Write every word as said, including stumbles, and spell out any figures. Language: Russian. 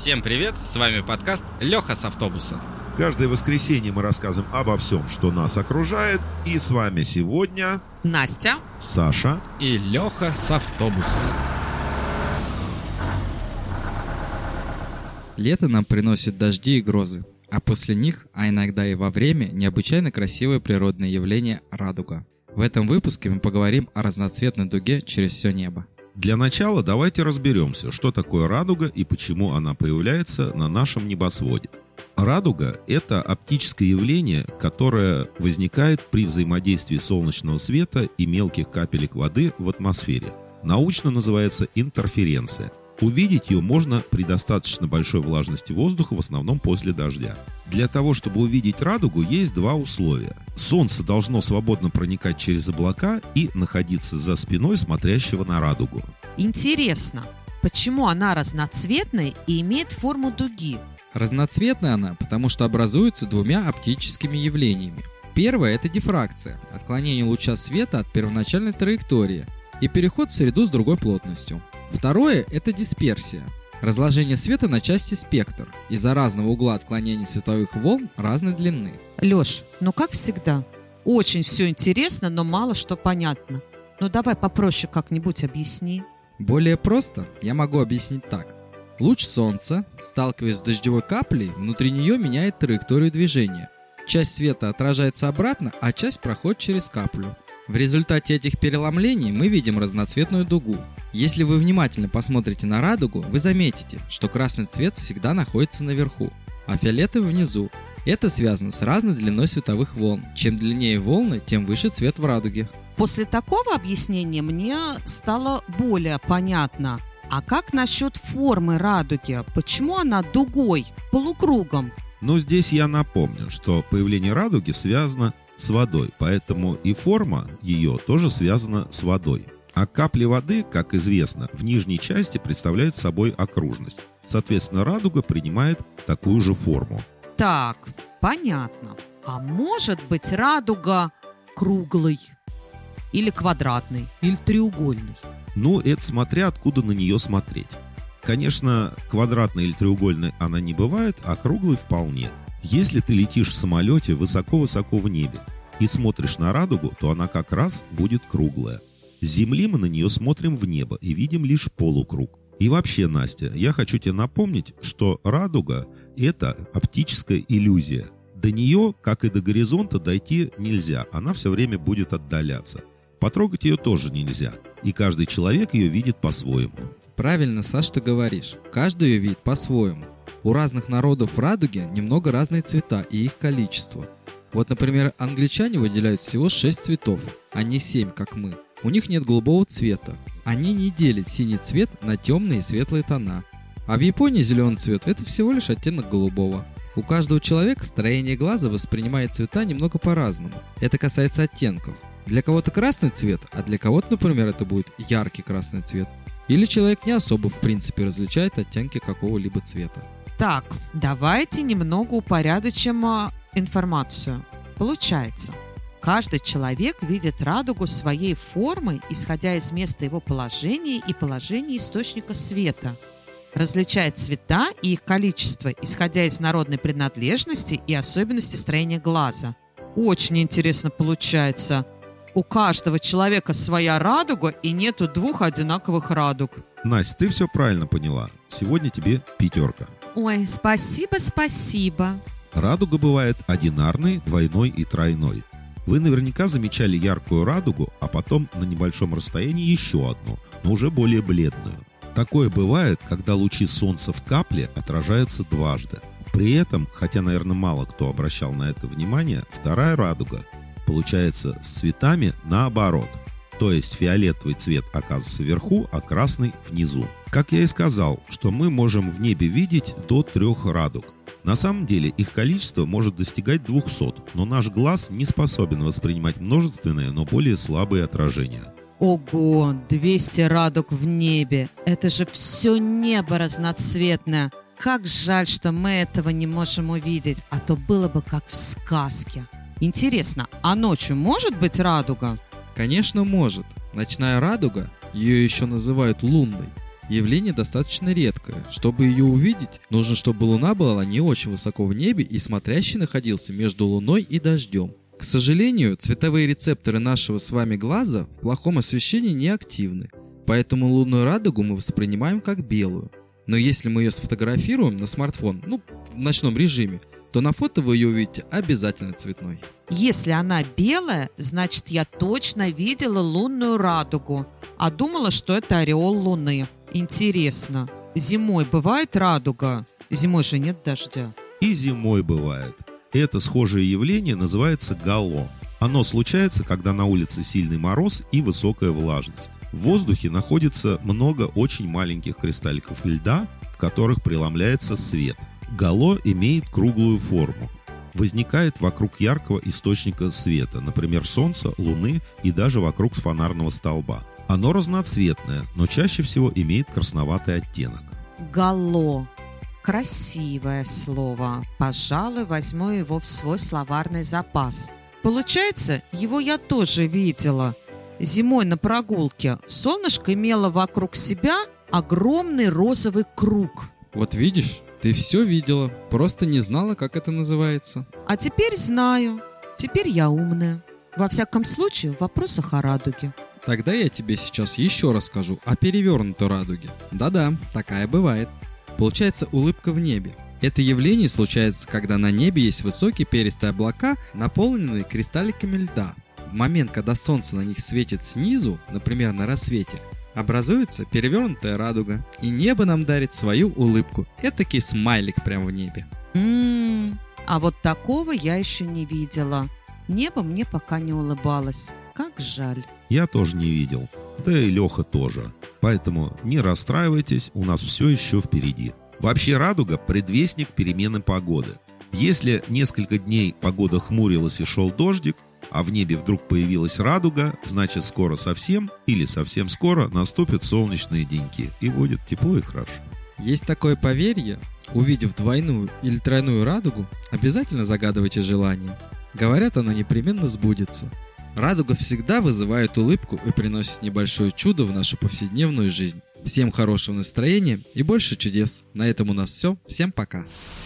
Всем привет, с вами подкаст «Леха с автобуса». Каждое воскресенье мы рассказываем обо всем, что нас окружает. И с вами сегодня Настя, Саша и Леха с автобуса. Лето нам приносит дожди и грозы, а после них, а иногда и во время, необычайно красивое природное явление – радуга. В этом выпуске мы поговорим о разноцветной дуге через все небо. Для начала давайте разберемся, что такое радуга и почему она появляется на нашем небосводе. Радуга – это оптическое явление, которое возникает при взаимодействии солнечного света и мелких капелек воды в атмосфере. Научно называется интерференция. Увидеть ее можно при достаточно большой влажности воздуха, в основном после дождя. Для того, чтобы увидеть радугу, есть два условия. Солнце должно свободно проникать через облака и находиться за спиной смотрящего на радугу. интересно, почему она разноцветная и имеет форму дуги? Разноцветная она, потому что образуется двумя оптическими явлениями. Первое – это дифракция, отклонение луча света от первоначальной траектории и переход в среду с другой плотностью. Второе – это дисперсия, разложение света на части спектр из-за разного угла отклонения световых волн разной длины. Лёш, ну как всегда, очень все интересно, но мало что понятно. Ну давай попроще как-нибудь объясни. Более просто я могу объяснить так. Луч солнца, сталкиваясь с дождевой каплей, внутри нее меняет траекторию движения. Часть света отражается обратно, а часть проходит через каплю. В результате этих переломлений мы видим разноцветную дугу. Если вы внимательно посмотрите на радугу, вы заметите, что красный цвет всегда находится наверху, а фиолетовый внизу. Это связано с разной длиной световых волн. Чем длиннее волны, тем выше цвет в радуге. После такого объяснения мне стало более понятно. А как насчет формы радуги? Почему она дугой, полукругом? Но здесь я напомню, что появление радуги связано с водой, поэтому и форма ее тоже связана с водой. А капли воды, как известно, в нижней части представляют собой окружность. Соответственно, радуга принимает такую же форму. Так, понятно. А может быть радуга круглой? Или квадратной? Или треугольной? Ну, это смотря откуда на нее смотреть. Конечно, квадратной или треугольной она не бывает, а круглой вполне. Если ты летишь в самолете высоко-высоко в небе и смотришь на радугу, то она как раз будет круглая. С Земли мы на нее смотрим в небо и видим лишь полукруг. И вообще, Настя, я хочу тебе напомнить, что радуга – это оптическая иллюзия. До нее, как и до горизонта, дойти нельзя, она все время будет отдаляться. Потрогать ее тоже нельзя, и каждый человек ее видит по-своему. Правильно, Саш, ты говоришь. Каждый ее видит по-своему. У разных народов в радуге немного разные цвета и их количество. Вот, например, англичане выделяют всего шесть цветов, а не семь, как мы. У них нет голубого цвета. Они не делят синий цвет на темные и светлые тона. А в Японии зеленый цвет – это всего лишь оттенок голубого. У каждого человека строение глаза воспринимает цвета немного по-разному. Это касается оттенков. Для кого-то красный цвет, а для кого-то, например, это будет яркий красный цвет. Или человек не особо в принципе различает оттенки какого-либо цвета. Так, давайте немного упорядочим а, информацию. Получается, каждый человек видит радугу своей формой, исходя из места его положения и положения источника света. Различает цвета и их количество, исходя из народной принадлежности и особенностей строения глаза. Очень интересно получается. У каждого человека своя радуга, и нету двух одинаковых радуг. Настя, ты все правильно поняла. Сегодня тебе пятерка. Ой, спасибо, спасибо. Радуга бывает одинарной, двойной и тройной. Вы наверняка замечали яркую радугу, а потом на небольшом расстоянии еще одну, но уже более бледную. Такое бывает, когда лучи солнца в капле отражаются дважды. При этом, хотя, наверное, мало кто обращал на это внимание, вторая радуга получается с цветами наоборот. То есть фиолетовый цвет оказывается вверху, а красный внизу. Как я и сказал, что мы можем в небе видеть до трех радуг. На самом деле их количество может достигать двухсот, но наш глаз не способен воспринимать множественные, но более слабые отражения. Ого, двести радуг в небе. Это же все небо разноцветное. Как жаль, что мы этого не можем увидеть, а то было бы как в сказке. Интересно, а ночью может быть радуга? Конечно, может. Ночная радуга, ее еще называют лунной, Явление достаточно редкое. Чтобы ее увидеть, нужно, чтобы луна была не очень высоко в небе и смотрящий находился между луной и дождем. К сожалению, цветовые рецепторы нашего с вами глаза в плохом освещении не активны, поэтому лунную радугу мы воспринимаем как белую. Но если мы ее сфотографируем на смартфон, ну, в ночном режиме, то на фото вы ее увидите обязательно цветной. Если она белая, значит, я точно видела лунную радугу, а думала, что это ореол луны. Интересно, зимой бывает радуга? Зимой же нет дождя. И зимой бывает. Это схожее явление называется гало. Оно случается, когда на улице сильный мороз и высокая влажность. В воздухе находится много очень маленьких кристалликов льда, в которых преломляется свет. Гало имеет круглую форму. Возникает вокруг яркого источника света, например, Солнца, Луны и даже вокруг фонарного столба. Оно разноцветное, но чаще всего имеет красноватый оттенок. Гало. Красивое слово. Пожалуй, возьму его в свой словарный запас. Получается, его я тоже видела. Зимой на прогулке солнышко имело вокруг себя огромный розовый круг. Вот видишь, ты все видела, просто не знала, как это называется. А теперь знаю. Теперь я умная. Во всяком случае, в вопросах о радуге. Тогда я тебе сейчас еще расскажу о перевернутой радуге. Да-да, такая бывает. Получается улыбка в небе. Это явление случается, когда на небе есть высокие перистые облака, наполненные кристалликами льда. В момент, когда солнце на них светит снизу, например, на рассвете, образуется перевернутая радуга, и небо нам дарит свою улыбку. Этакий смайлик прямо в небе. М-м, а вот такого я еще не видела. Небо мне пока не улыбалось. Как жаль. Я тоже не видел. Да и Леха тоже. Поэтому не расстраивайтесь, у нас все еще впереди. Вообще радуга – предвестник перемены погоды. Если несколько дней погода хмурилась и шел дождик, а в небе вдруг появилась радуга, значит скоро совсем или совсем скоро наступят солнечные деньки и будет тепло и хорошо. Есть такое поверье: увидев двойную или тройную радугу, обязательно загадывайте желание. Говорят, оно непременно сбудется. Радуга всегда вызывает улыбку и приносит небольшое чудо в нашу повседневную жизнь. Всем хорошего настроения и больше чудес. На этом у нас все. Всем пока.